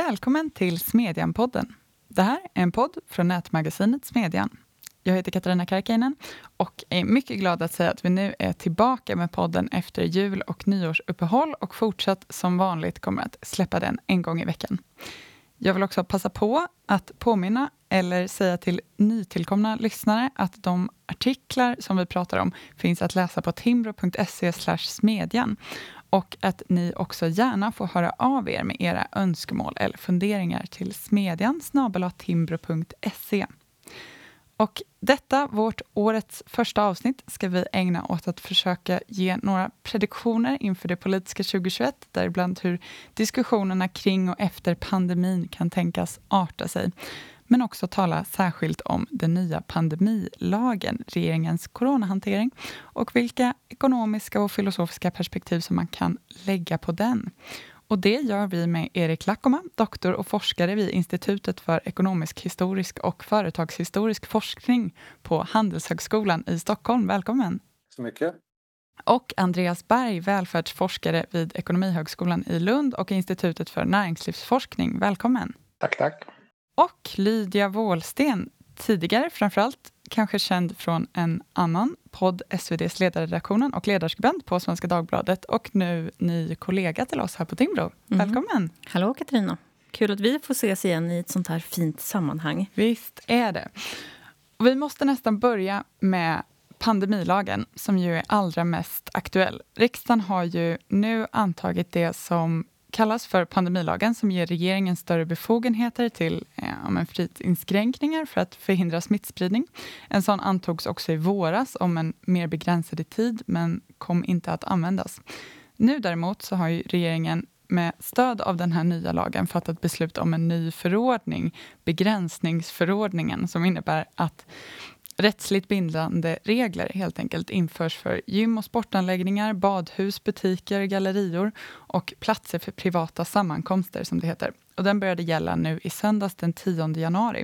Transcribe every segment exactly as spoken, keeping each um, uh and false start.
Välkommen till Smedjan-podden. Det här är en podd från nätmagasinet Smedjan. Jag heter Katarina Karkiainen och är mycket glad att säga att vi nu är tillbaka med podden efter jul- och nyårsuppehåll och fortsatt som vanligt kommer att släppa den en gång i veckan. Jag vill också passa på att påminna eller säga till nytillkomna lyssnare att de artiklar som vi pratar om finns att läsa på timbro punkt se slash smedjan och att ni också gärna får höra av er med era önskemål eller funderingar till smedjan snabel-a timbro punkt se. Och detta, vårt årets första avsnitt, ska vi ägna åt att försöka ge några prediktioner inför det politiska tjugohundratjugoett, däribland hur diskussionerna kring och efter pandemin kan tänkas arta sig. Men också tala särskilt om den nya pandemilagen, regeringens coronahantering och vilka ekonomiska och filosofiska perspektiv som man kan lägga på den. Och det gör vi med Erik Lackoma, doktor och forskare vid Institutet för ekonomisk historisk och företagshistorisk forskning på Handelshögskolan i Stockholm. Välkommen! Så mycket. Och Andreas Berg, välfärdsforskare vid Ekonomihögskolan i Lund och Institutet för näringslivsforskning. Välkommen! Tack, tack. Och Lydia Wåhlsten, tidigare framförallt kanske känd från en annan podd, S V D:s ledarredaktionen och ledarskribent på Svenska Dagbladet och nu ny kollega till oss här på Timbro. Mm. Välkommen! Hallå Katarina, kul att vi får ses igen i ett sånt här fint sammanhang. Visst är det. Och vi måste nästan börja med pandemilagen som ju är allra mest aktuell. Riksdagen har ju nu antagit det som kallas för pandemilagen som ger regeringen större befogenheter till eh, frihetsinskränkningar för att förhindra smittspridning. En sån antogs också i våras om en mer begränsad i tid men kom inte att användas. Nu däremot så har ju regeringen med stöd av den här nya lagen fattat beslut om en ny förordning, begränsningsförordningen, som innebär att rättsligt bindande regler helt enkelt införs för gym- och sportanläggningar, badhus, butiker, gallerior och platser för privata sammankomster som det heter. Och den började gälla nu i söndags den tionde januari.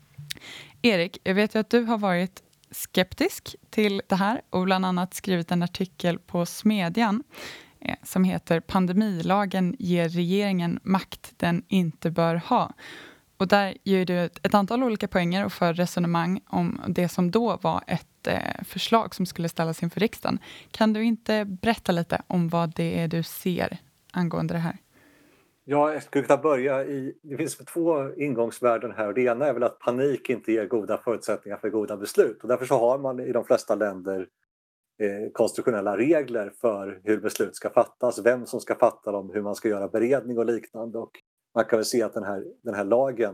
Erik, jag vet ju att du har varit skeptisk till det här och bland annat skrivit en artikel på Smedjan eh, som heter Pandemilagen ger regeringen makt den inte bör ha. Och där ger du ett, ett antal olika poänger och för resonemang om det som då var ett eh, förslag som skulle ställas inför riksdagen. Kan du inte berätta lite om vad det är du ser angående det här? Ja, jag skulle kunna börja i... Det finns två ingångsvärden här. Och det ena är väl att panik inte ger goda förutsättningar för goda beslut. Och därför så har man i de flesta länder eh, konstitutionella regler för hur beslut ska fattas. Vem som ska fatta dem, hur man ska göra beredning och liknande. Och man kan väl se att den här, den här lagen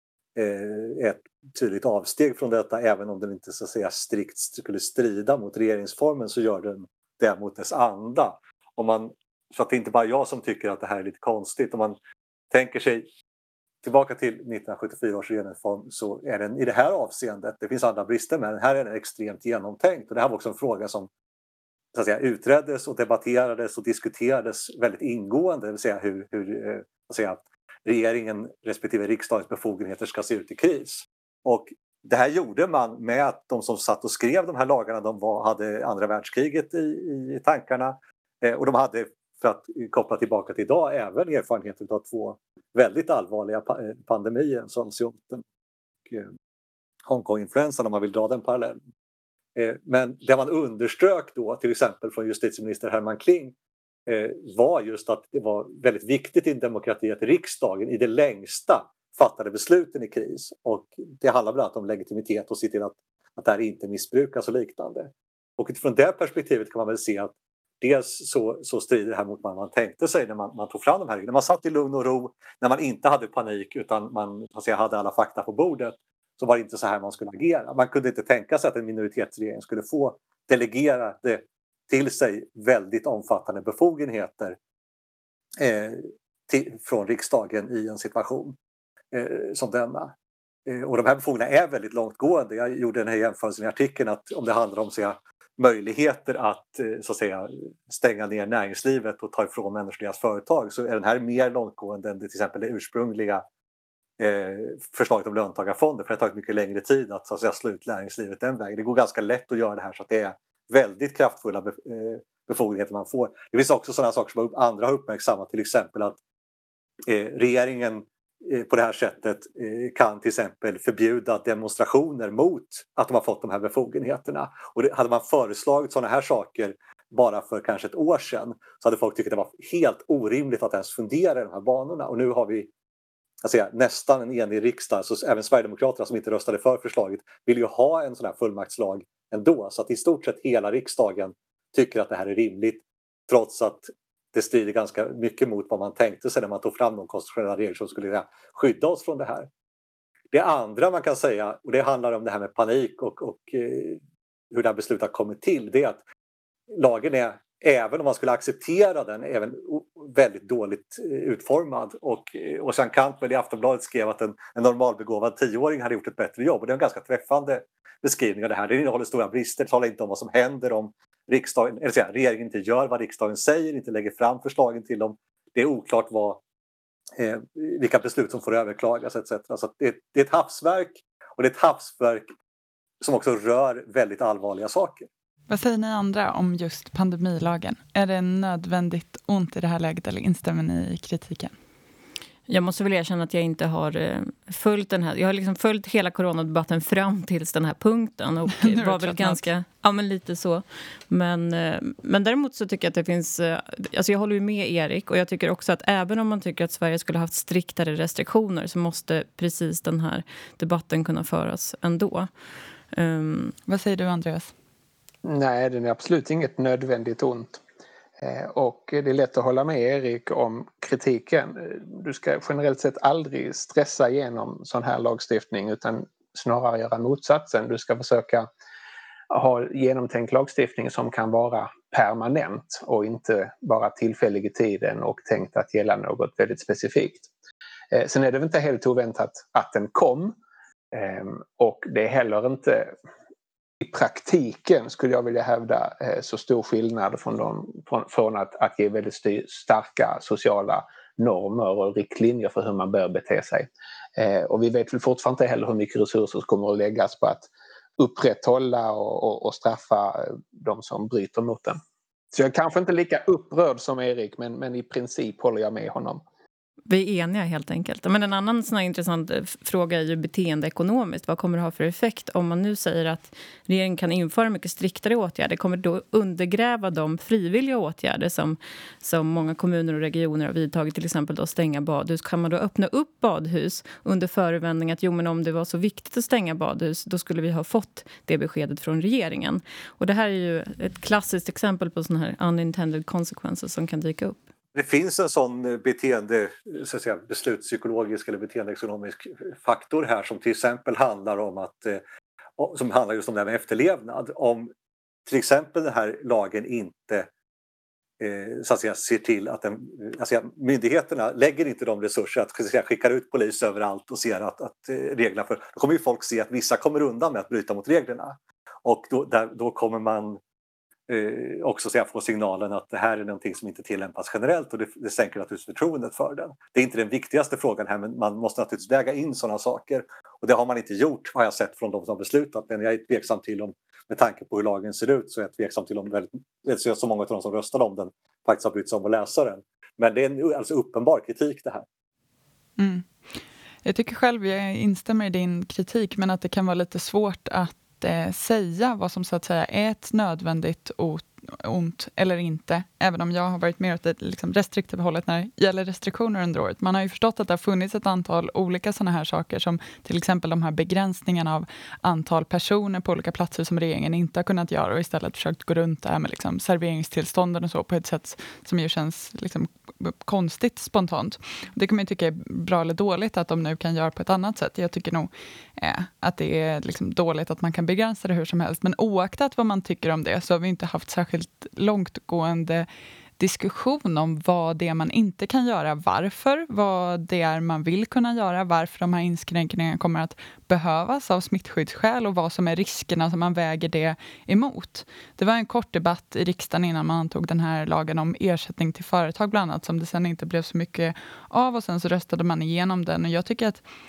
eh, är ett tydligt avsteg från detta. Även om den inte så att säga strikt skulle strida mot regeringsformen så gör den det mot dess anda. Om man, så att det är inte bara jag som tycker att det här är lite konstigt. Om man tänker sig tillbaka till nittonhundrasjuttiofyra års regeringsform så är den i det här avseendet, det finns andra brister men här är den extremt genomtänkt. Och det här var också en fråga som så att säga, utreddes och debatterades och diskuterades väldigt ingående. Det vill säga hur, hur eh, att säga, regeringen respektive riksdagens befogenheter ska se ut i kris. Och det här gjorde man med att de som satt och skrev de här lagarna de var, hade andra världskriget i, i tankarna. Eh, och de hade, för att koppla tillbaka till idag, även erfarenheter av två väldigt allvarliga pa- pandemier som Sioten och eh, Hongkong-influensan om man vill dra den parallellen. Eh, men det man underströk då till exempel från justitieminister Herman Kling eh, var just att det var väldigt viktigt i en demokrati att riksdagen i det längsta fattade besluten i kris. Och det handlar bland annat om legitimitet och se till att, att det här inte missbrukas och liknande. Och utifrån det perspektivet kan man väl se att dels så, så strider det här mot vad man tänkte sig när man, man tog fram de här. När man satt i lugn och ro, när man inte hade panik utan man så att säga, hade alla fakta på bordet så var det inte så här man skulle agera. Man kunde inte tänka sig att en minoritetsregering skulle få delegera det till sig väldigt omfattande befogenheter eh, till, från riksdagen i en situation eh, som denna. Eh, och de här befogenheterna är väldigt långtgående. Jag gjorde den här jämförelsen i artikeln att om det handlar om så jag, möjligheter att, så att säga, stänga ner näringslivet och ta ifrån människor deras företag så är den här mer långtgående än det, till exempel det ursprungliga eh, förslaget om löntagarfonder. För det har tagit mycket längre tid att, så att säga, slå ut näringslivet den vägen. Det går ganska lätt att göra det här så att det är väldigt kraftfulla be, eh, befogenheter man får. Det finns också sådana saker som andra har uppmärksammat, till exempel att eh, regeringen på det här sättet kan till exempel förbjuda demonstrationer mot att de har fått de här befogenheterna. Och det, hade man föreslagit sådana här saker bara för kanske ett år sedan så hade folk tyckt att det var helt orimligt att ens fundera i de här banorna. Och nu har vi alltså, nästan en enig riksdag, så även Sverigedemokraterna som inte röstade för förslaget vill ju ha en sån här fullmaktslag ändå. Så att i stort sett hela riksdagen tycker att det här är rimligt trots att det strider ganska mycket mot vad man tänkte sig när man tog fram de konstitutionella regler som skulle skydda oss från det här. Det andra man kan säga, och det handlar om det här med panik och, och eh, hur det här beslutet har kommit till, det är att lagen är, även om man skulle acceptera den, även väldigt dåligt utformad. Och, och Jean Cantwell i Aftonbladet skrev att en, en normalbegåvad tioåring hade gjort ett bättre jobb. Och det är en ganska träffande beskrivning av det här. Det innehåller stora brister, talar inte om vad som händer om riksdagen, eller säga, regeringen inte gör vad riksdagen säger, inte lägger fram förslagen till dem. Det är oklart vad, eh, vilka beslut som får överklagas et cetera. Så det, det är ett havsverk, och det är ett havsverk som också rör väldigt allvarliga saker. Vad säger ni andra om just pandemilagen? Är det nödvändigt ont i det här läget eller instämmer ni i kritiken? Jag måste väl erkänna att jag inte har följt den här. Jag har liksom följt hela coronadebatten fram tills den här punkten och var väl ganska, ja men lite så. Men, men däremot så tycker jag att det finns, alltså jag håller ju med Erik, och jag tycker också att även om man tycker att Sverige skulle ha haft striktare restriktioner så måste precis den här debatten kunna föras ändå. Um, Vad säger du, Andreas? Nej, den är absolut inget nödvändigt ont. Och det är lätt att hålla med Erik om kritiken. Du ska generellt sett aldrig stressa igenom sån här lagstiftning utan snarare göra motsatsen. Du ska försöka ha genomtänkt lagstiftning som kan vara permanent och inte bara tillfällig i tiden och tänkt att gälla något väldigt specifikt. Sen är det väl inte helt oväntat att den kom, och det är heller inte i praktiken, skulle jag vilja hävda, så stor skillnad från, de, från, från att, att ge väldigt styr, starka sociala normer och riktlinjer för hur man bör bete sig. Eh, och vi vet väl fortfarande inte heller hur mycket resurser som kommer att läggas på att upprätthålla och, och, och straffa de som bryter mot den. Så jag är kanske inte lika upprörd som Erik, men, men i princip håller jag med honom. Vi är eniga helt enkelt. Men en annan sån här intressant fråga är ju beteendeekonomiskt. Vad kommer det ha för effekt om man nu säger att regeringen kan införa mycket striktare åtgärder? Kommer det då undergräva de frivilliga åtgärder som, som många kommuner och regioner har vidtagit, till exempel då stänga badhus? Kan man då öppna upp badhus under förevändning att jo, men om det var så viktigt att stänga badhus, då skulle vi ha fått det beskedet från regeringen? Och det här är ju ett klassiskt exempel på sådana här unintended consequences som kan dyka upp. Det finns en sån beteende, så att säga, beslutspsykologisk eller beteendeekonomisk faktor här som till exempel handlar om att, som handlar just om det här med efterlevnad. Om till exempel den här lagen inte så att säga, ser till att den, alltså, myndigheterna lägger inte de resurser att, så att säga, skickar ut polis överallt och ser att, att reglerna för, då kommer ju folk se att vissa kommer undan med att bryta mot reglerna. Och då, där, då kommer man Eh, också så jag får signalen att det här är någonting som inte tillämpas generellt, och det, det sänker naturligtvis förtroendet för den. Det är inte den viktigaste frågan här, men man måste naturligtvis väga in sådana saker, och det har man inte gjort, har jag sett från de som har beslutat. Men jag är tveksam till om, med tanke på hur lagen ser ut, så är jag tveksam till om väldigt, så många av de som röstade om den faktiskt har brytt sig om att läsa den. Men det är en alltså uppenbar kritik det här. Mm. Jag tycker själv, jag instämmer i din kritik, men att det kan vara lite svårt att eh, säga vad som så att säga är ett nödvändigt ont eller inte. Även om jag har varit mer åt det liksom restriktiva hållet när det gäller restriktioner under året. Man har ju förstått att det har funnits ett antal olika sådana här saker, som till exempel de här begränsningarna av antal personer på olika platser som regeringen inte har kunnat göra, och istället försökt gå runt där med liksom serveringstillstånden och så på ett sätt som ju känns liksom konstigt spontant. Det kan man ju tycka är bra eller dåligt att de nu kan göra på ett annat sätt. Jag tycker nog eh, att det är liksom dåligt att man kan begränsa det hur som helst. Men oaktat vad man tycker om det, så har vi inte haft särskilt långtgående diskussion om vad det är man inte kan göra, varför, vad det är man vill kunna göra, varför de här inskränkningarna kommer att behövas av smittskyddsskäl och vad som är riskerna som man väger det emot. Det var en kort debatt i riksdagen innan man antog den här lagen om ersättning till företag bland annat, som det sen inte blev så mycket av, och sen så röstade man igenom den, och jag tycker att det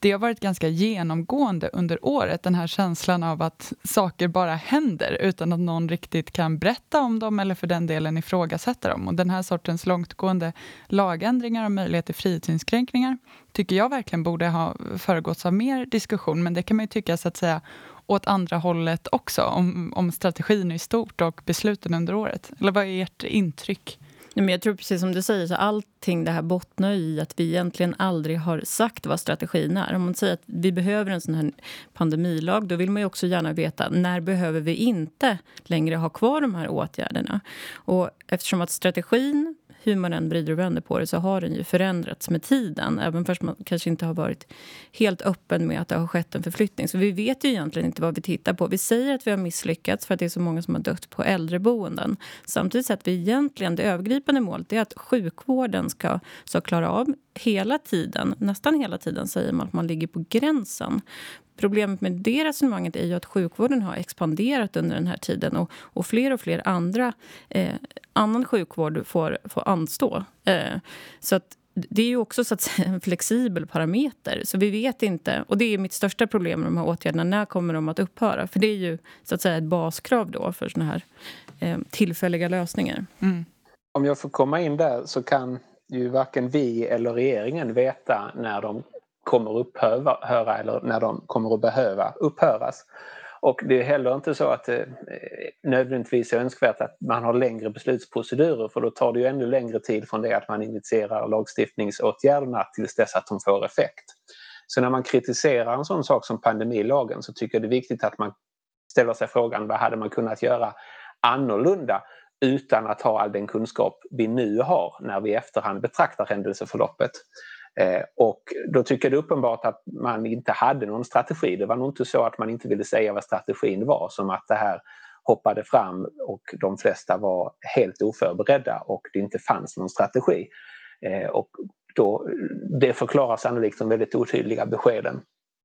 det har varit ganska genomgående under året, den här känslan av att saker bara händer utan att någon riktigt kan berätta om dem eller för den delen ifrågasätta dem. Och den här sortens långtgående lagändringar och möjlighet till frihetsinskränkningar tycker jag verkligen borde ha föregåtts av mer diskussion, men det kan man ju tycka så att säga åt andra hållet också, om, om strategin i stort och besluten under året. Eller vad är ert intryck? Men jag tror precis som du säger, så allting det här bottnar i att vi egentligen aldrig har sagt vad strategin är. Om man säger att vi behöver en sån här pandemilag, då vill man ju också gärna veta när behöver vi inte längre ha kvar de här åtgärderna. Och eftersom att strategin, hur man än vrider och vänder på det, så har den ju förändrats med tiden. Även fast man kanske inte har varit helt öppen med att det har skett en förflyttning. Så vi vet ju egentligen inte vad vi tittar på. Vi säger att vi har misslyckats för att det är så många som har dött på äldreboenden. Samtidigt så att vi egentligen, det övergripande målet är att sjukvården ska så klara av hela tiden, nästan hela tiden säger man att man ligger på gränsen. Problemet med det resonemanget är ju att sjukvården har expanderat under den här tiden och, och fler och fler andra eh, annan sjukvård får, får anstå. Eh, så att det är ju också så att säga en flexibel parameter. Så vi vet inte, och det är mitt största problem med de här åtgärderna, när kommer de att upphöra? För det är ju så att säga ett baskrav då för såna här eh, tillfälliga lösningar. Mm. Om jag får komma in där så kan ju varken vi eller regeringen veta när de kommer upphöra eller när de kommer att behöva upphöras. Och det är heller inte så att det nödvändigtvis är önskvärt att man har längre beslutsprocedurer, för då tar det ju ännu längre tid från det att man initierar lagstiftningsåtgärderna tills dess att de får effekt. Så när man kritiserar en sån sak som pandemilagen så tycker jag det är viktigt att man ställer sig frågan, vad hade man kunnat göra annorlunda utan att ha all den kunskap vi nu har när vi i efterhand betraktar händelseförloppet. Eh, och då tycker jag det är uppenbart att man inte hade någon strategi. Det var nog inte så att man inte ville säga vad strategin var, som att det här hoppade fram och de flesta var helt oförberedda och det inte fanns någon strategi. Eh, och då, det förklarar sannolikt de väldigt otydliga beskeden.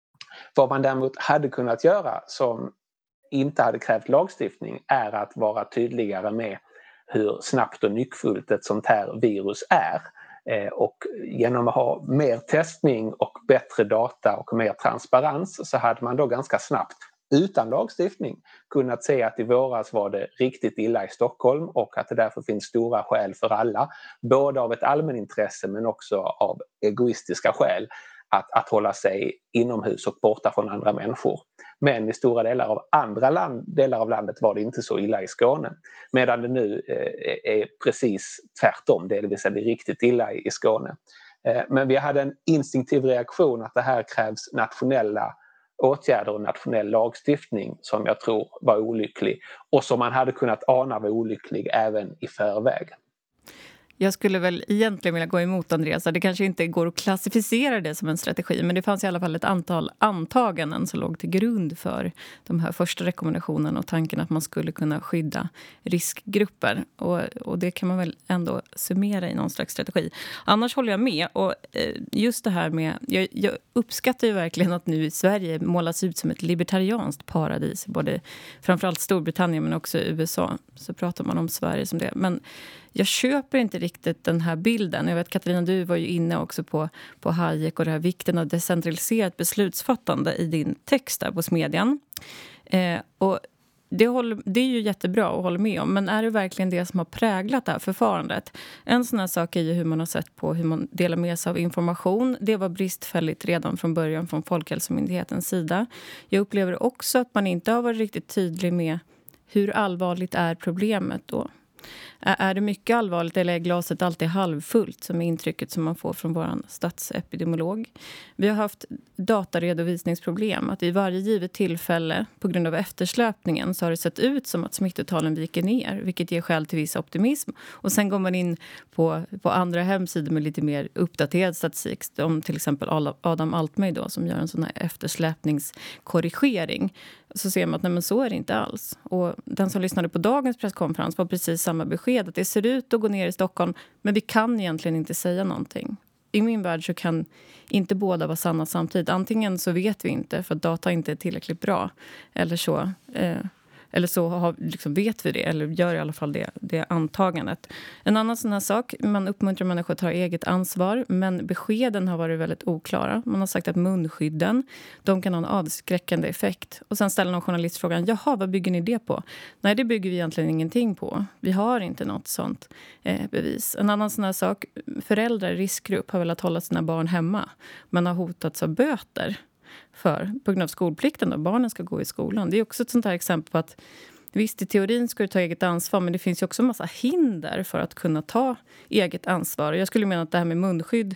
Vad man däremot hade kunnat göra som inte hade krävt lagstiftning är att vara tydligare med hur snabbt och nyckfullt ett sånt här virus är. Och genom att ha mer testning och bättre data och mer transparens så hade man då ganska snabbt utan lagstiftning kunnat se att i våras var det riktigt illa i Stockholm och att det därför finns stora skäl för alla, både av ett allmänintresse men också av egoistiska skäl, att, att hålla sig inomhus och borta från andra människor. Men i stora delar av andra land, delar av landet var det inte så illa i Skåne. Medan det nu eh, är precis tvärtom, det vill säga det är riktigt illa i, i Skåne. Eh, men vi hade en instinktiv reaktion att det här krävs nationella åtgärder och nationell lagstiftning som jag tror var olycklig. Och som man hade kunnat ana var olycklig även i förväg. Jag skulle väl egentligen vilja gå emot Andreas. Det kanske inte går att klassificera det som en strategi, men det fanns i alla fall ett antal antaganden som låg till grund för de här första rekommendationerna och tanken att man skulle kunna skydda riskgrupper. Och, och det kan man väl ändå summera i någon slags strategi. Annars håller jag med. Och just det här med, jag, jag uppskattar ju verkligen att nu i Sverige målas ut som ett libertarianskt paradis. Både framförallt Storbritannien men också U S A. Så pratar man om Sverige som det. Men jag köper inte riktigt den här bilden. Jag vet, Katarina, du var ju inne också på, på Hayek och det här vikten av decentraliserat beslutsfattande i din text där på Smedjan. Eh, och det, håller, det är ju jättebra att hålla med om, men är det verkligen det som har präglat det här förfarandet? En sån här sak är ju hur man har sett på hur man delar med sig av information. Det var bristfälligt redan från början från Folkhälsomyndighetens sida. Jag upplever också att man inte har varit riktigt tydlig med hur allvarligt är problemet då. Är det mycket allvarligt eller är glaset alltid halvfullt, som är intrycket som man får från vår statsepidemiolog? Vi har haft dataredovisningsproblem. Att i varje givet tillfälle på grund av eftersläpningen så har det sett ut som att smittotalen viker ner. Vilket ger skäl till viss optimism. Och sen går man in på, på andra hemsidor med lite mer uppdaterad statistik. Om till exempel Adam Altmey då, som gör en sån här eftersläpningskorrigering. Så ser man att nej, men så är det inte alls. Och den som lyssnade på dagens presskonferens var precis samma besked. Att det ser ut att gå ner i Stockholm, men vi kan egentligen inte säga någonting. I min värld så kan inte båda vara sanna samtidigt. Antingen så vet vi inte för att data inte är tillräckligt bra. Eller så, eh, Eller så har, liksom vet vi det, eller gör i alla fall det, det antagandet. En annan sån här sak, man uppmuntrar människor att ta eget ansvar, men beskeden har varit väldigt oklara. Man har sagt att munskydden, de kan ha en avskräckande effekt. Och sen ställer någon journalist frågan, jaha, vad bygger ni det på? Nej, det bygger vi egentligen ingenting på. Vi har inte något sånt eh, bevis. En annan sån här sak, föräldrar i riskgrupp har velat hålla sina barn hemma, men har hotats av böter för, på grund av skolplikten då, barnen ska gå i skolan. Det är också ett sånt här exempel på att visst, i teorin ska du ta eget ansvar, men det finns ju också en massa hinder för att kunna ta eget ansvar. Jag skulle mena att det här med munskydd,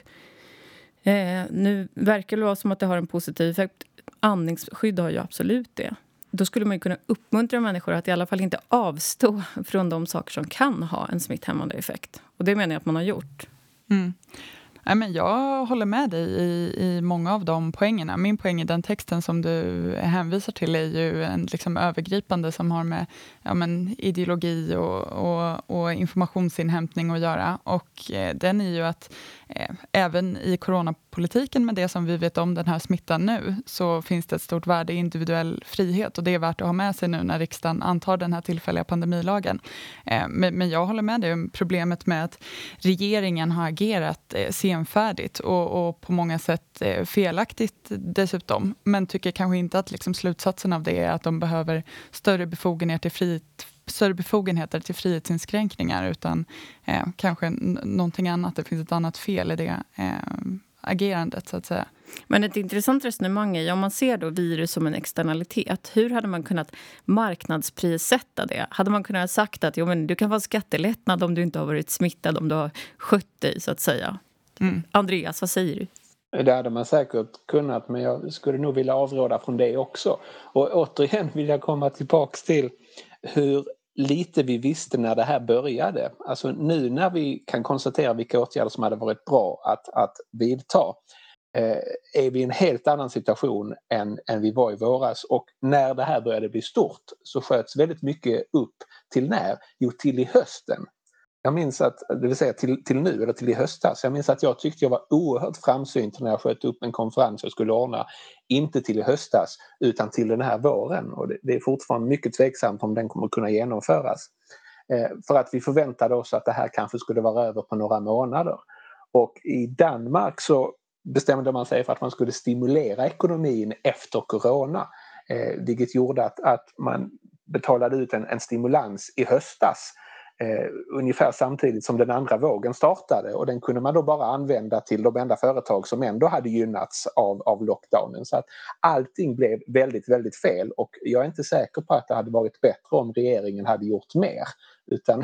eh, nu verkar det vara som att det har en positiv effekt. Andningsskydd har ju absolut det. Då skulle man ju kunna uppmuntra människor att i alla fall inte avstå från de saker som kan ha en smitthämmande effekt. Och det menar jag att man har gjort. Mm. Nej, men jag håller med dig i, i många av de poängerna. Min poäng i den texten som du hänvisar till är ju en liksom övergripande som har med ja, men ideologi och, och, och informationsinhämtning att göra. Och eh, den är ju att eh, även i coronapolitiken med det som vi vet om den här smittan nu, så finns det ett stort värde i individuell frihet. Och det är värt att ha med sig nu när riksdagen antar den här tillfälliga pandemilagen. Eh, men, men jag håller med dig om problemet med att regeringen har agerat eh, senfärdigt och, och på många sätt eh, felaktigt dessutom. Men tycker kanske inte att liksom, slutsatsen av det är att de behöver större befogenheter till frihet större befogenheter till frihetsinskränkningar utan eh, kanske n- någonting annat. Det finns ett annat fel i det eh, agerandet så att säga. Men ett intressant resonemang är, om man ser då virus som en externalitet, hur hade man kunnat marknadsprissätta det? Hade man kunnat ha sagt att jo, men du kan vara skattelättnad om du inte har varit smittad, om du har skött dig så att säga? Mm. Andreas, vad säger du? Det hade man säkert kunnat, men jag skulle nog vilja avråda från det också. Och återigen vill jag komma tillbaka till hur lite vi visste när det här började. Alltså nu när vi kan konstatera vilka åtgärder som hade varit bra att, att vidta eh, är vi i en helt annan situation än, än vi var i våras. Och när det här började bli stort så sköts väldigt mycket upp till när? Jo, till i hösten. Jag minns att, det vill säga till, till nu eller till i höstas, jag minns att jag tyckte jag var oerhört framsynt när jag sköt upp en konferens jag skulle ordna, inte till i höstas utan till den här våren, och det, det är fortfarande mycket tveksamt om den kommer kunna genomföras. Eh, för att vi förväntade oss att det här kanske skulle vara över på några månader. Och i Danmark så bestämde man sig för att man skulle stimulera ekonomin efter corona, eh, vilket gjorde att, att man betalade ut en, en stimulans i höstas. Eh, ungefär samtidigt som den andra vågen startade, och den kunde man då bara använda till de enda företag som ändå hade gynnats av, av lockdownen. Så att allting blev väldigt, väldigt fel, och jag är inte säker på att det hade varit bättre om regeringen hade gjort mer, utan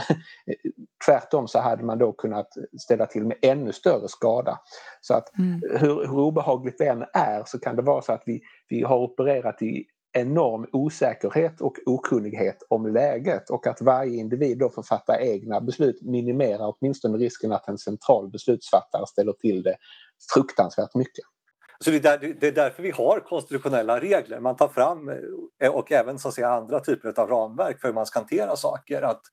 tvärtom så hade man då kunnat ställa till med ännu större skada. Så att mm. hur, hur obehagligt det än är, så kan det vara så att vi, vi har opererat i enorm osäkerhet och okunnighet om läget, och att varje individ då får fatta egna beslut minimerar åtminstone risken att en central beslutsfattare ställer till det fruktansvärt mycket. Så det är, där, det är därför vi har konstitutionella regler. Man tar fram, och även så att säga, andra typer av ramverk för hur man ska hantera saker. Att,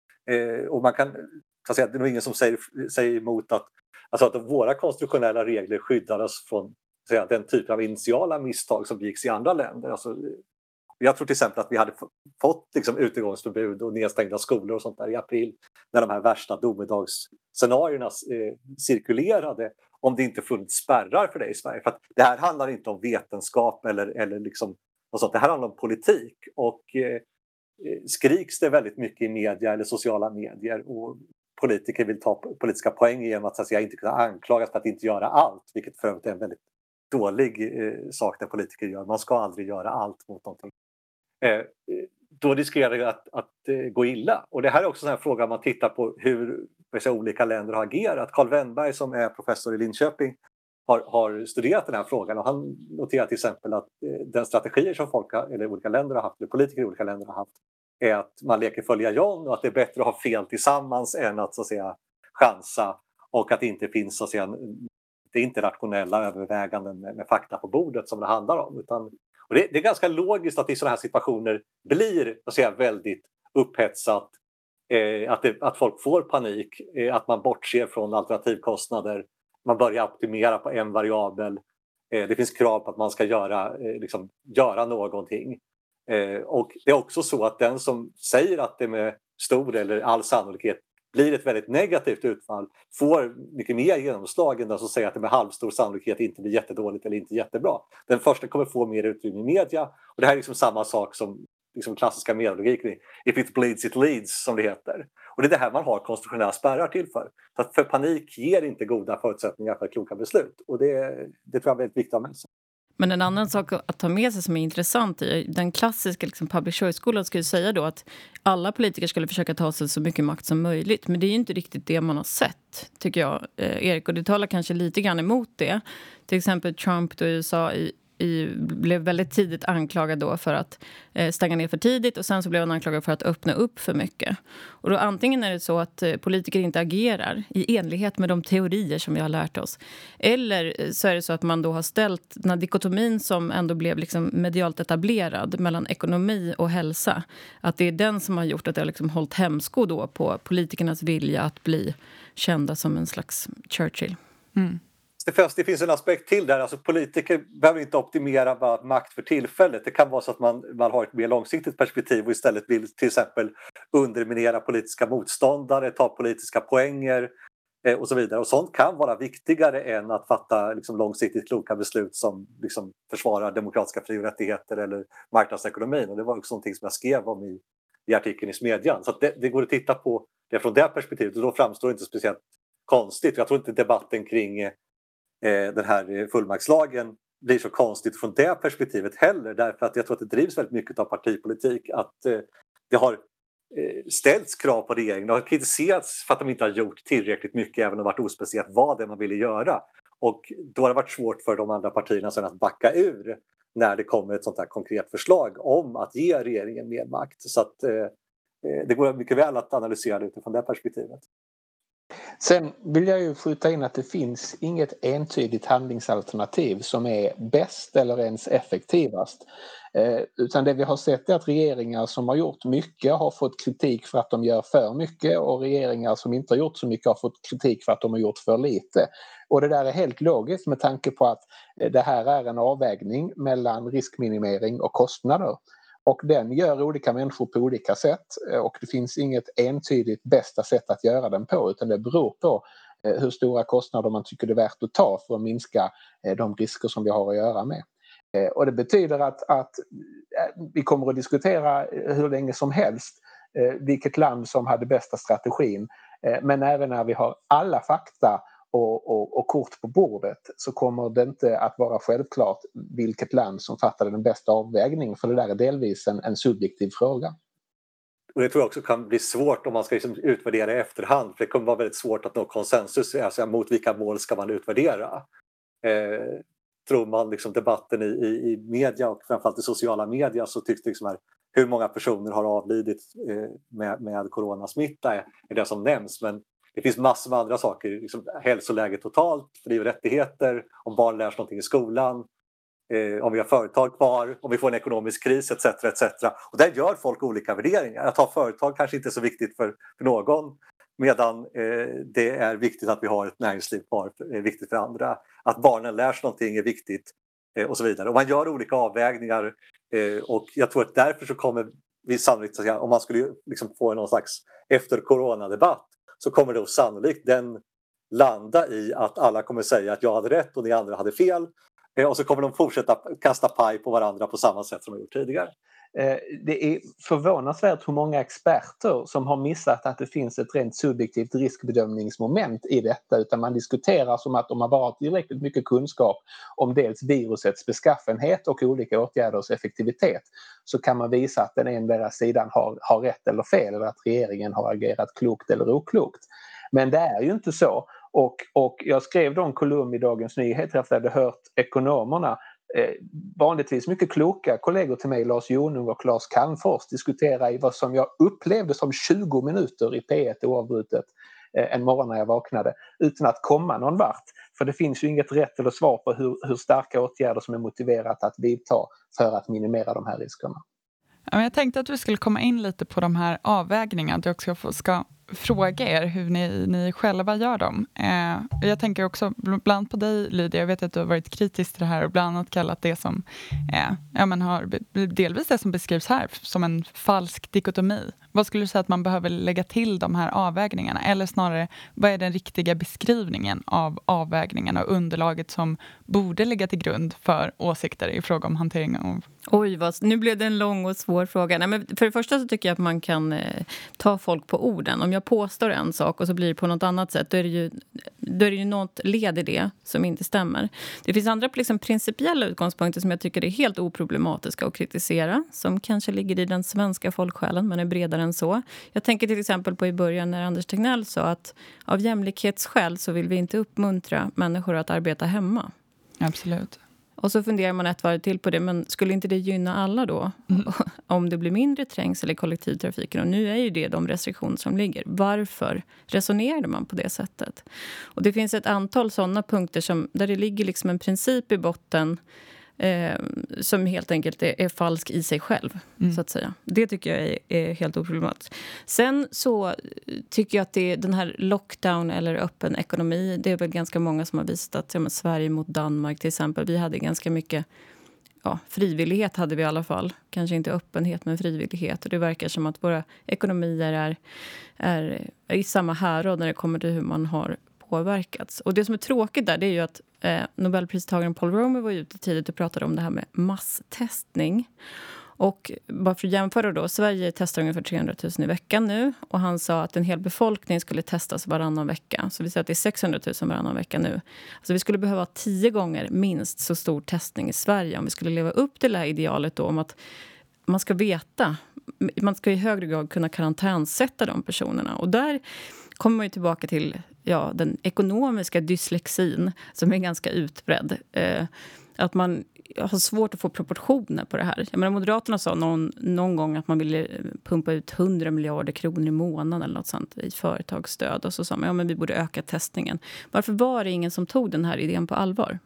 eh, och man kan, så att säga, det är nog ingen som säger, säger emot att, alltså att våra konstitutionella regler skyddar oss från säga, den typen av initiala misstag som begicks i andra länder. Alltså, jag tror till exempel att vi hade fått liksom, utegångsförbud och nedstängda skolor och sånt där i april, när de här värsta domedagsscenarierna eh, cirkulerade, om det inte funnits spärrar för det i Sverige. För att det här handlar inte om vetenskap eller, eller liksom, och sånt. Det här handlar om politik, och eh, skriks det väldigt mycket i media eller sociala medier, och politiker vill ta politiska poäng genom att, så att säga, inte kunna anklagas för att inte göra allt, vilket för övrigt är en väldigt dålig eh, sak där politiker gör. Man ska aldrig göra allt mot någonting. Eh, då riskerar det att, att eh, gå illa. Och det här är också en här fråga man tittar på hur säga, olika länder har agerat. Carl Wennberg, som är professor i Linköping, har, har studerat den här frågan, och han noterar till exempel att eh, den strategier som folk har, eller olika länder har haft, eller politiker i olika länder har haft, är att man leker följa John, och att det är bättre att ha fel tillsammans än att, så att säga, chansa, och att det inte finns, så att säga, det är inte rationella överväganden med, med fakta på bordet som det handlar om. Utan, och det, det är ganska logiskt att i sådana här situationer blir, så att säga, väldigt upphetsat, eh, att, det, att folk får panik, eh, att man bortser från alternativkostnader, man börjar optimera på en variabel, eh, det finns krav på att man ska göra, eh, liksom, göra någonting. Eh, och det är också så att den som säger att det med stor eller all sannolikhet blir ett väldigt negativt utfall får mycket mer genomslag än den som säger att det med halvstor sannolikhet inte blir jättedåligt eller inte jättebra. Den första kommer få mer utrymme i media, och det här är liksom samma sak som liksom klassiska medielogiken. If it bleeds it leads, som det heter. Och det är det här man har konstitutionella spärrar till för. Så att för panik ger inte goda förutsättningar för kloka beslut, och det, det tror jag är väldigt viktigt att ha med sig. Men en annan sak att ta med sig som är intressant i den klassiska liksom, public choice-skolan skulle säga då att alla politiker skulle försöka ta sig så mycket makt som möjligt. Men det är ju inte riktigt det man har sett, tycker jag, eh, Erik. Och det talar kanske lite grann emot det. Till exempel Trump då i U S A i I, blev väldigt tidigt anklagad då för att eh, stänga ner för tidigt, och sen så blev han anklagad för att öppna upp för mycket. Och då antingen är det så att eh, politiker inte agerar i enlighet med de teorier som vi har lärt oss, eller så är det så att man då har ställt den här dikotomin som ändå blev liksom medialt etablerad mellan ekonomi och hälsa, att det är den som har gjort att det har liksom hållit hämsko då på politikernas vilja att bli kända som en slags Churchill. Mm. Det finns en aspekt till där. Alltså, politiker behöver inte optimera bara makt för tillfället. Det kan vara så att man, man har ett mer långsiktigt perspektiv och istället vill till exempel underminera politiska motståndare, ta politiska poänger eh, och så vidare. Och sånt kan vara viktigare än att fatta liksom, långsiktigt kloka beslut som liksom, försvarar demokratiska fri- och rättigheter eller marknadsekonomin. Och det var också någonting som jag skrev om i, i artikeln i Smedjan. Så att det, det går att titta på det från det perspektivet, och då framstår det inte speciellt konstigt. Jag tror inte debatten kring den här fullmaktslagen blir så konstigt från det perspektivet heller, därför att jag tror att det drivs väldigt mycket av partipolitik, att det har ställts krav på regeringen och har kritiserats för att de inte har gjort tillräckligt mycket, även om det har varit ospecifikt vad det man ville göra, och då har det varit svårt för de andra partierna sedan att backa ur när det kommer ett sånt här konkret förslag om att ge regeringen mer makt. Så att det går mycket väl att analysera det utifrån det perspektivet. Sen vill jag ju skjuta in att det finns inget entydigt handlingsalternativ som är bäst eller ens effektivast. Eh, utan det vi har sett är att regeringar som har gjort mycket har fått kritik för att de gör för mycket, och regeringar som inte har gjort så mycket har fått kritik för att de har gjort för lite. Och det där är helt logiskt med tanke på att det här är en avvägning mellan riskminimering och kostnader. Och den gör olika människor på olika sätt, och det finns inget entydigt bästa sätt att göra den på, utan det beror på hur stora kostnader man tycker det är värt att ta för att minska de risker som vi har att göra med. Och det betyder att, att vi kommer att diskutera hur länge som helst vilket land som hade bästa strategin, men även när vi har alla fakta Och, och, och kort på bordet så kommer det inte att vara självklart vilket land som fattade den bästa avvägningen, för det där är delvis en, en subjektiv fråga. Och det tror jag också kan bli svårt om man ska liksom utvärdera i efterhand, för det kommer vara väldigt svårt att nå konsensus, alltså mot vilka mål ska man utvärdera. Eh, tror man liksom debatten i, i, i media och framförallt i sociala media, så tycks det liksom här, hur många personer har avlidit eh, med, med coronasmitta är, är det som nämns, men det finns massor med andra saker, liksom hälsoläget totalt, fri- och rättigheter, om barn lär sig någonting i skolan, eh, om vi har företag kvar, om vi får en ekonomisk kris et cetera et cetera. Och där gör folk olika värderingar. Att ha företag kanske inte är så viktigt för, för någon, medan eh, det är viktigt att vi har ett näringsliv kvar, är viktigt för andra. Att barnen lär sig någonting är viktigt eh, och så vidare. Och man gör olika avvägningar eh, och jag tror att därför så kommer vi sannolikt, om man skulle liksom få någon slags efter coronadebatt, så kommer då sannolikt den landa i att alla kommer säga att jag hade rätt och ni andra hade fel. Eh, och så kommer de fortsätta kasta paj på varandra på samma sätt som de gjort tidigare. Eh, det är förvånansvärt hur många experter som har missat att det finns ett rent subjektivt riskbedömningsmoment i detta, utan man diskuterar som att om man bara har tillräckligt mycket kunskap om dels virusets beskaffenhet och olika åtgärders effektivitet, så kan man visa att den endera sidan har, har rätt eller fel, eller att regeringen har agerat klokt eller oklokt. Men det är ju inte så. Och, och jag skrev då en kolumn i Dagens Nyheter efter att jag hade hört ekonomerna, eh, vanligtvis mycket kloka kollegor till mig, Lars Jonung och Lars Calmfors, diskutera i vad som jag upplevde som tjugo minuter i P ett oavbrutet eh, en morgon när jag vaknade, utan att komma någon vart. För det finns ju inget rätt eller svar på hur, hur starka åtgärder som är motiverat att vidta för att minimera de här riskerna. Jag tänkte att vi skulle komma in lite på de här avvägningarna, att jag också ska fråga er hur ni, ni själva gör dem. Eh, jag tänker också bland annat på dig, Lydia. Jag vet att du har varit kritisk till det här och bland annat kallat det som eh, ja, men har delvis det som beskrivs här som en falsk dikotomi. Vad skulle du säga att man behöver lägga till de här avvägningarna? Eller snarare, vad är den riktiga beskrivningen av avvägningarna och underlaget som borde ligga till grund för åsikter i fråga om hantering av... Oj, vad, nu blev det en lång och svår fråga. Nej, men för det första så tycker jag att man kan eh, ta folk på orden. Om jag påstår en sak och så blir det på något annat sätt, då är det ju, då är det ju något led i det som inte stämmer. Det finns andra liksom, principiella utgångspunkter som jag tycker är helt oproblematiska att kritisera, som kanske ligger i den svenska folksjälen, men är bredare än så. Jag tänker till exempel på i början när Anders Tegnell sa att av jämlikhetsskäl så vill vi inte uppmuntra människor att arbeta hemma. Absolut. Och så funderar man ett varv till på det, men skulle inte det gynna alla då? Mm. Om det blir mindre trängsel i kollektivtrafiken. Och nu är ju det de restriktioner som ligger. Varför resonerade man på det sättet? Och det finns ett antal sådana punkter som, där det ligger liksom en princip i botten eh, som helt enkelt är, är falsk i sig själv, mm. så att säga. Det tycker jag är, är helt oproblematiskt. Sen så tycker jag att det är den här lockdown eller öppen ekonomi, det är väl ganska många som har visat att ja, men Sverige mot Danmark till exempel, vi hade ganska mycket ja, frivillighet hade vi i alla fall. Kanske inte öppenhet men frivillighet. Och det verkar som att våra ekonomier är, är, är i samma härad när det kommer till hur man har påverkats. Och det som är tråkigt där, det är ju att eh, Nobelpristagaren Paul Romer var ute tidigt och pratade om det här med masstestning. Och bara för att jämföra då, Sverige testar ungefär trehundratusen i veckan nu. Och han sa att en hel befolkning skulle testas varannan vecka. Så vi säger att det är sexhundratusen varannan vecka nu. Alltså vi skulle behöva tio gånger minst så stor testning i Sverige om vi skulle leva upp till det här idealet då om att man ska veta, man ska i högre grad kunna karantänsätta de personerna. Och där kommer man ju tillbaka till ja, den ekonomiska dyslexin som är ganska utbredd. Eh, att man har svårt att få proportioner på det här. Jag menar, Moderaterna sa någon, någon gång att man ville pumpa ut hundra miljarder kronor i månaden eller något sånt i företagsstöd. Och så sa man, ja men vi borde öka testningen. Varför var det ingen som tog den här idén på allvar?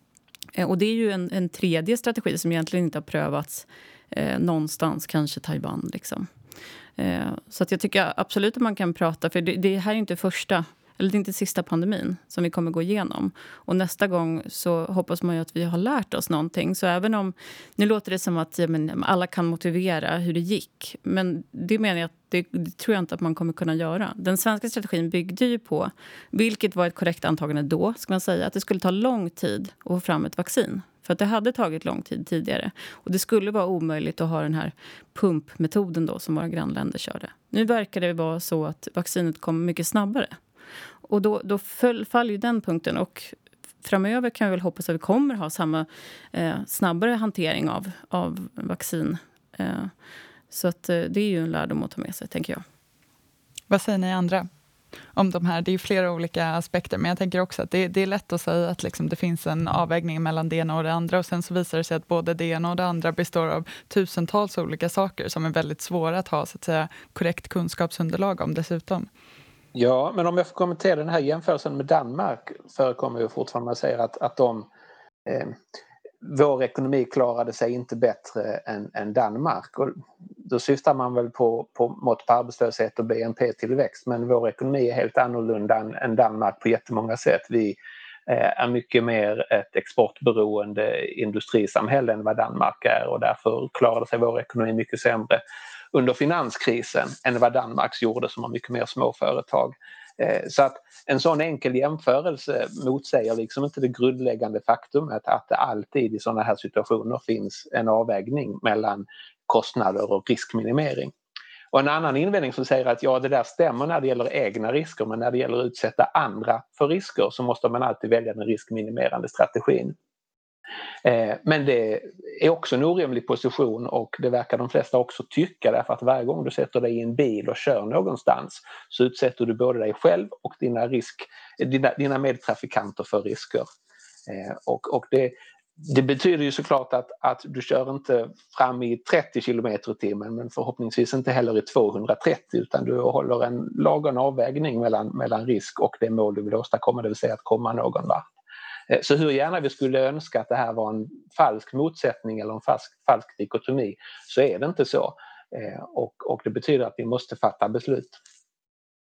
Eh, och det är ju en, en tredje strategi som egentligen inte har prövats eh, någonstans, kanske Taiwan liksom. Eh, så att jag tycker absolut att man kan prata, för det, det här är inte första eller det är inte sista pandemin som vi kommer gå igenom. Och nästa gång så hoppas man ju att vi har lärt oss någonting. Så även om, nu låter det som att ja, men alla kan motivera hur det gick. Men det menar jag att det, det tror jag inte att man kommer kunna göra. Den svenska strategin byggde ju på, vilket var ett korrekt antagande då, ska man säga, att det skulle ta lång tid att få fram ett vaccin. För att det hade tagit lång tid tidigare. Och det skulle vara omöjligt att ha den här pumpmetoden då som våra grannländer körde. Nu verkar det vara så att vaccinet kommer mycket snabbare. Och då, då föll, faller ju den punkten. Och framöver kan vi väl hoppas att vi kommer ha samma eh, snabbare hantering av, av vaccin. Eh, så att eh, det är ju en lärdom att ta med sig, tänker jag. Vad säger ni andra om de här? Det är ju flera olika aspekter, men jag tänker också att det, det är lätt att säga att liksom det finns en avvägning mellan det ena och det andra, och sen så visar det sig att både det ena och det andra består av tusentals olika saker som är väldigt svåra att ha så att säga korrekt kunskapsunderlag om dessutom. Ja, men om jag får kommentera den här jämförelsen med Danmark, förekommer ju fortfarande att säga att, att de, eh, vår ekonomi klarade sig inte bättre än, än Danmark. Och då syftar man väl på, på mått på arbetslöshet och B N P-tillväxt, men vår ekonomi är helt annorlunda än, än Danmark på jättemånga sätt. Vi eh, är mycket mer ett exportberoende industrisamhälle än vad Danmark är, och därför klarade sig vår ekonomi mycket sämre under finanskrisen än vad Danmarks gjorde, som har mycket mer småföretag. Så att en sån enkel jämförelse motsäger liksom inte det grundläggande faktumet att det alltid i sådana här situationer finns en avvägning mellan kostnader och riskminimering. Och en annan invändning som säger att ja, det där stämmer när det gäller egna risker, men när det gäller att utsätta andra för risker så måste man alltid välja den riskminimerande strategin. Men det är också en orimlig position, och det verkar de flesta också tycka, därför att varje gång du sätter dig i en bil och kör någonstans så utsätter du både dig själv och dina, risk, dina, dina medtrafikanter för risker. Och, och det, det betyder ju såklart att, att du kör inte fram i trettio kilometer i timmen, men förhoppningsvis inte heller i tvåhundratrettio, utan du håller en lagom avvägning mellan, mellan risk och det mål du vill åstadkomma, det vill säga att komma någon vart. Så hur gärna vi skulle önska att det här var en falsk motsättning eller en falsk, falsk dikotomi, så är det inte så. Och, och det betyder att vi måste fatta beslut.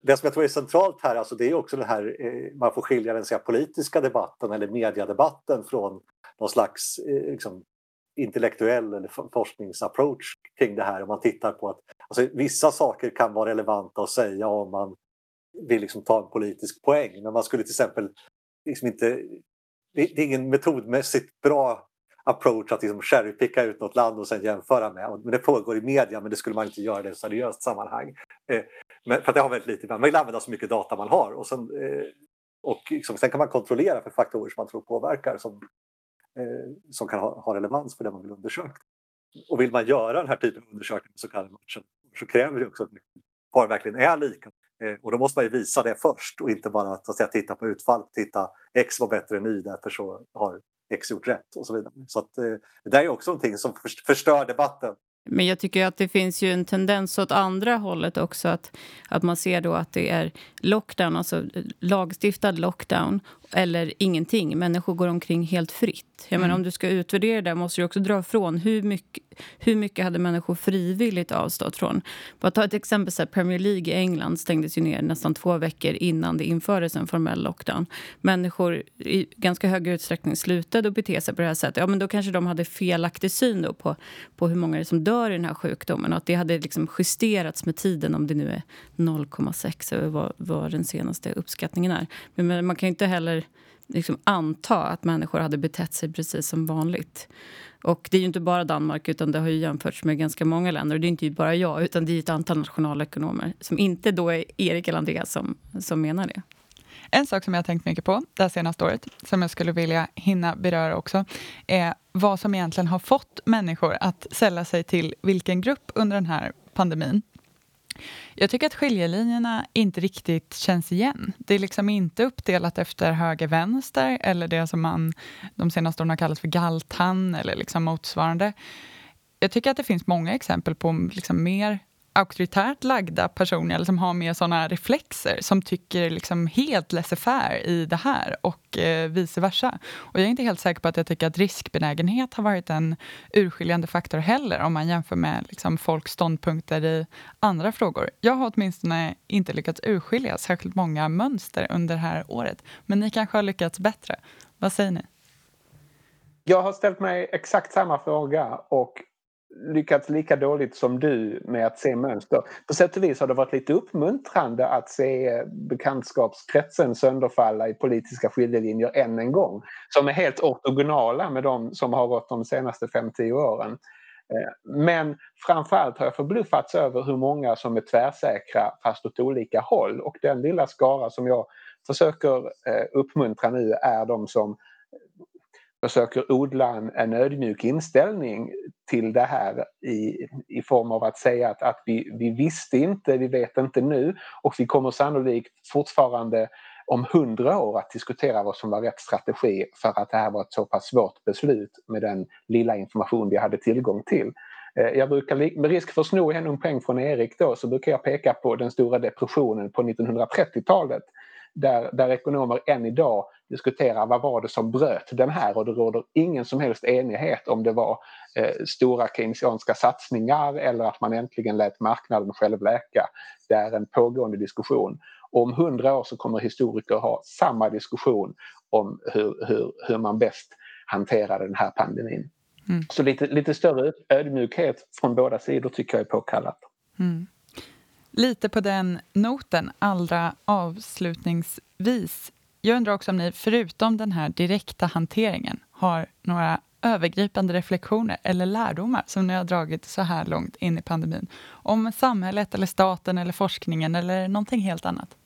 det som jag tror är centralt här, alltså det är också det här, eh, man får skilja den säga, politiska debatten eller mediadebatten från någon slags eh, liksom, intellektuell eller forskningsapproach kring det här. Om man tittar på att alltså, vissa saker kan vara relevanta att säga om man vill liksom, ta en politisk poäng, men man skulle till exempel liksom inte, det är ingen metodmässigt bra approach att liksom cherrypicka ut något land och sen jämföra med. Men det pågår i media, men det skulle man inte göra i ett seriöst sammanhang. Eh, men, för att det har väldigt lite, man vill använda så mycket data man har. Och sen, eh, och liksom, sen kan man kontrollera för faktorer som man tror påverkar som, eh, som kan ha, ha relevans för det man vill undersöka. Och vill man göra den här typen av undersökning så, kan matchen, så kräver det också att par verkligen är lika. Eh, och då måste man ju visa det först och inte bara att, att säga, titta på utfall, titta X var bättre än Y, därför så har X gjort rätt och så vidare. Så att, eh, det är också någonting som förstör debatten. Men jag tycker att det finns ju en tendens åt andra hållet också, att, att man ser då att det är lockdown, alltså lagstiftad lockdown eller ingenting. Människor går omkring helt fritt. Jag mm. menar, om du ska utvärdera det måste du också dra ifrån hur mycket, hur mycket hade människor frivilligt avstått från. Bara ta ett exempel, så här, Premier League i England stängdes ju ner nästan två veckor innan det infördes en formell lockdown. Människor i ganska hög utsträckning slutade att bete sig på det här sättet. Ja, men då kanske de hade felaktig syn då på, på hur många det är som dör i den här sjukdomen. Och att det hade liksom justerats med tiden, om det nu är noll komma sex eller vad, vad den senaste uppskattningen är. Men, men man kan ju inte heller liksom anta att människor hade betett sig precis som vanligt. Och det är ju inte bara Danmark, utan det har ju jämförts med ganska många länder. Och det är inte bara jag, utan det är ett antal nationalekonomer som inte då är Erik eller Andreas som, som menar det. En sak som jag har tänkt mycket på det senaste året, som jag skulle vilja hinna beröra också, är vad som egentligen har fått människor att sälla sig till vilken grupp under den här pandemin. Jag tycker att skiljelinjerna inte riktigt känns igen. Det är liksom inte uppdelat efter höger-vänster eller det som man de senaste åren har kallat för galtan eller liksom motsvarande. Jag tycker att det finns många exempel på liksom mer auktoritärt lagda personer eller som har mer sådana reflexer som tycker liksom helt laissez-faire i det här och eh, vice versa. Och jag är inte helt säker på att jag tycker att riskbenägenhet har varit en urskiljande faktor heller om man jämför med liksom, folks ståndpunkter i andra frågor. Jag har åtminstone inte lyckats urskilja särskilt många mönster under det här året. Men ni kanske har lyckats bättre. Vad säger ni? Jag har ställt mig exakt samma fråga och lyckats lika dåligt som du med att se mönster. På sätt och vis har det varit lite uppmuntrande att se bekantskapskretsen sönderfalla i politiska skiljelinjer än en gång. Som är helt ortogonala med de som har gått de senaste fem till tio åren. Men framförallt har jag förbluffats över hur många som är tvärsäkra fast åt olika håll. Och den lilla skara som jag försöker uppmuntra nu är de som försöker odla en, en ödmjuk inställning till det här i, i form av att säga att, att vi, vi visste inte, vi vet inte nu och vi kommer sannolikt fortfarande om hundra år att diskutera vad som var rätt strategi för att det här var ett så pass svårt beslut med den lilla information vi hade tillgång till. Jag brukar, med risk för att sno ännu en poäng från Erik då, så brukar jag peka på den stora depressionen på nittonhundratrettiotalet där, där ekonomer än idag diskuterar vad var det som bröt den här, och det råder ingen som helst enighet om det var eh, stora keynesianska satsningar eller att man äntligen lät marknaden själv läka. Det är en pågående diskussion. Och om hundra år så kommer historiker ha samma diskussion om hur, hur, hur man bäst hanterar den här pandemin. Mm. Så lite, lite större ödmjukhet från båda sidor tycker jag är påkallat. Mm. Lite på den noten, allra avslutningsvis. Jag undrar också om ni, förutom den här direkta hanteringen, har några övergripande reflektioner eller lärdomar som ni har dragit så här långt in i pandemin. Om samhället eller staten eller forskningen eller någonting helt annat.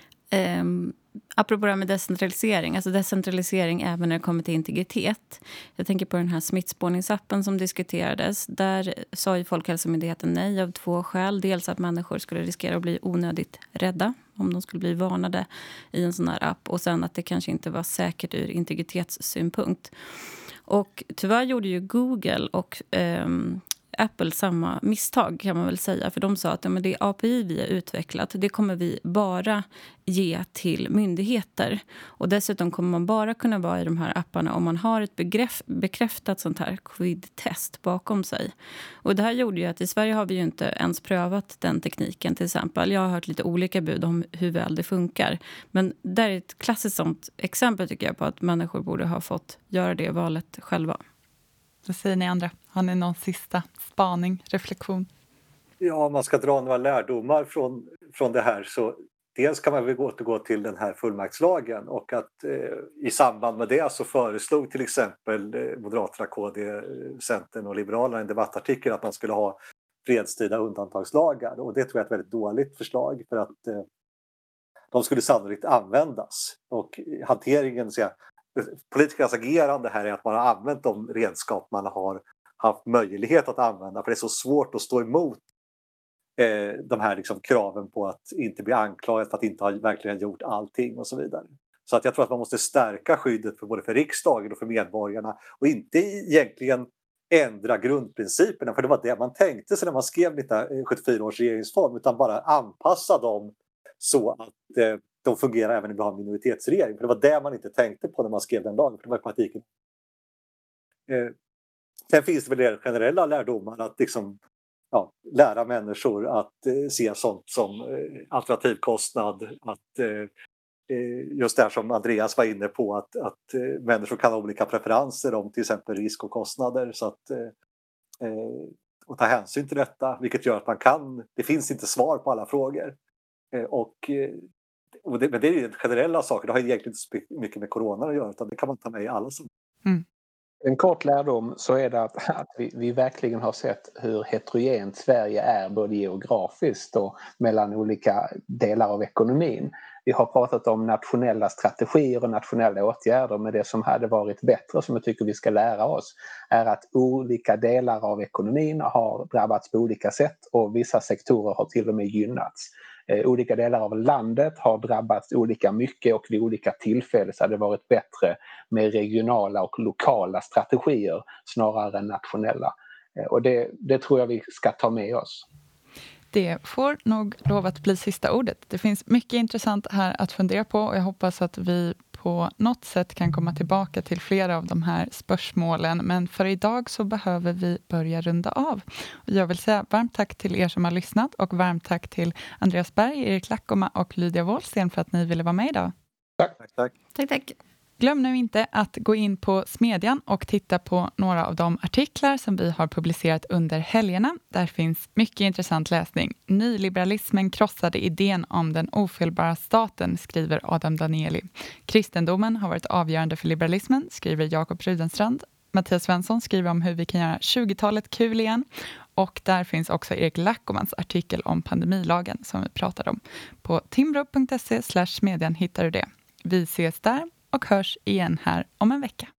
Um, apropå det här med decentralisering, alltså decentralisering även när det kommer till integritet. Jag tänker på den här smittspårningsappen som diskuterades. Där sa ju Folkhälsomyndigheten nej av två skäl. Dels att människor skulle riskera att bli onödigt rädda om de skulle bli varnade i en sån här app. Och sen att det kanske inte var säkert ur integritetssynpunkt. Och tyvärr gjorde ju Google och um, Apple samma misstag kan man väl säga. För de sa att ja, men det A P I vi har utvecklat, det kommer vi bara ge till myndigheter. Och dessutom kommer man bara kunna vara i de här apparna om man har ett begreff, bekräftat sånt här covid-test bakom sig. Och det här gjorde ju att i Sverige har vi ju inte ens prövat den tekniken till exempel. Jag har hört lite olika bud om hur väl det funkar. Men där är ett klassiskt sånt exempel tycker jag på att människor borde ha fått göra det valet själva. Vad säger ni andra? Har ni någon sista spaning, reflektion? Ja, om man ska dra några lärdomar från, från det här så dels kan man väl återgå till den här fullmaktslagen och att eh, i samband med det så föreslog till exempel eh, Moderaterna, K D, Centern och Liberalerna en debattartikel att man skulle ha fredstida undantagslagar och det tror jag är ett väldigt dåligt förslag för att eh, de skulle sannolikt användas och hanteringen, så jag, politikernas agerande här är att man har använt de redskap man har haft möjlighet att använda för det är så svårt att stå emot eh, de här liksom kraven på att inte bli anklagad för att inte ha verkligen gjort allting och så vidare. Så att jag tror att man måste stärka skyddet för både för riksdagen och för medborgarna och inte egentligen ändra grundprinciperna för det var det man tänkte sig när man skrev nittonhundrasjuttiofyra års regeringsform utan bara anpassa dem så att eh, de fungerar även när vi har en minoritetsregering. För det var det man inte tänkte på när man skrev den lagen. För det var i praktiken. Eh, sen finns det väl generella lärdomar att liksom, ja, lära människor att eh, se sånt som eh, alternativkostnad. Att, eh, just det här som Andreas var inne på. Att, att eh, människor kan ha olika preferenser om till exempel risk och kostnader. Så att, eh, och ta hänsyn till detta. Vilket gör att man kan, det finns inte svar på alla frågor. Eh, och Och det, men det är ju generella saker. Det har egentligen inte så mycket med corona att göra utan det kan man ta med i alla som. Mm. En kort lärdom så är det att, att vi, vi verkligen har sett hur heterogent Sverige är både geografiskt och mellan olika delar av ekonomin. Vi har pratat om nationella strategier och nationella åtgärder men det som hade varit bättre som jag tycker vi ska lära oss är att olika delar av ekonomin har drabbats på olika sätt och vissa sektorer har till och med gynnats. Eh, olika delar av landet har drabbats olika mycket och vid olika tillfällen så hade det varit bättre med regionala och lokala strategier snarare än nationella. Eh, och det, det tror jag vi ska ta med oss. Det får nog lov att bli sista ordet. Det finns mycket intressant här att fundera på och jag hoppas att vi på något sätt kan komma tillbaka till flera av de här spörsmålen. Men för idag så behöver vi börja runda av. Och jag vill säga varmt tack till er som har lyssnat och varmt tack till Andreas Berg, Erik Lackoma och Lydia Wåhlsten för att ni ville vara med idag. Tack, tack, tack. Tack, tack. Glöm nu inte att gå in på Smedjan och titta på några av de artiklar som vi har publicerat under helgerna. Där finns mycket intressant läsning. Nyliberalismen krossade idén om den ofelbara staten, skriver Adam Danieli. Kristendomen har varit avgörande för liberalismen, skriver Jakob Rudenstrand. Mattias Svensson skriver om hur vi kan göra tjugotalet kul igen. Och där finns också Erik Lackomans artikel om pandemilagen som vi pratade om. På timbro punkt se slash smedjan hittar du det. Vi ses där och hörs igen här om en vecka.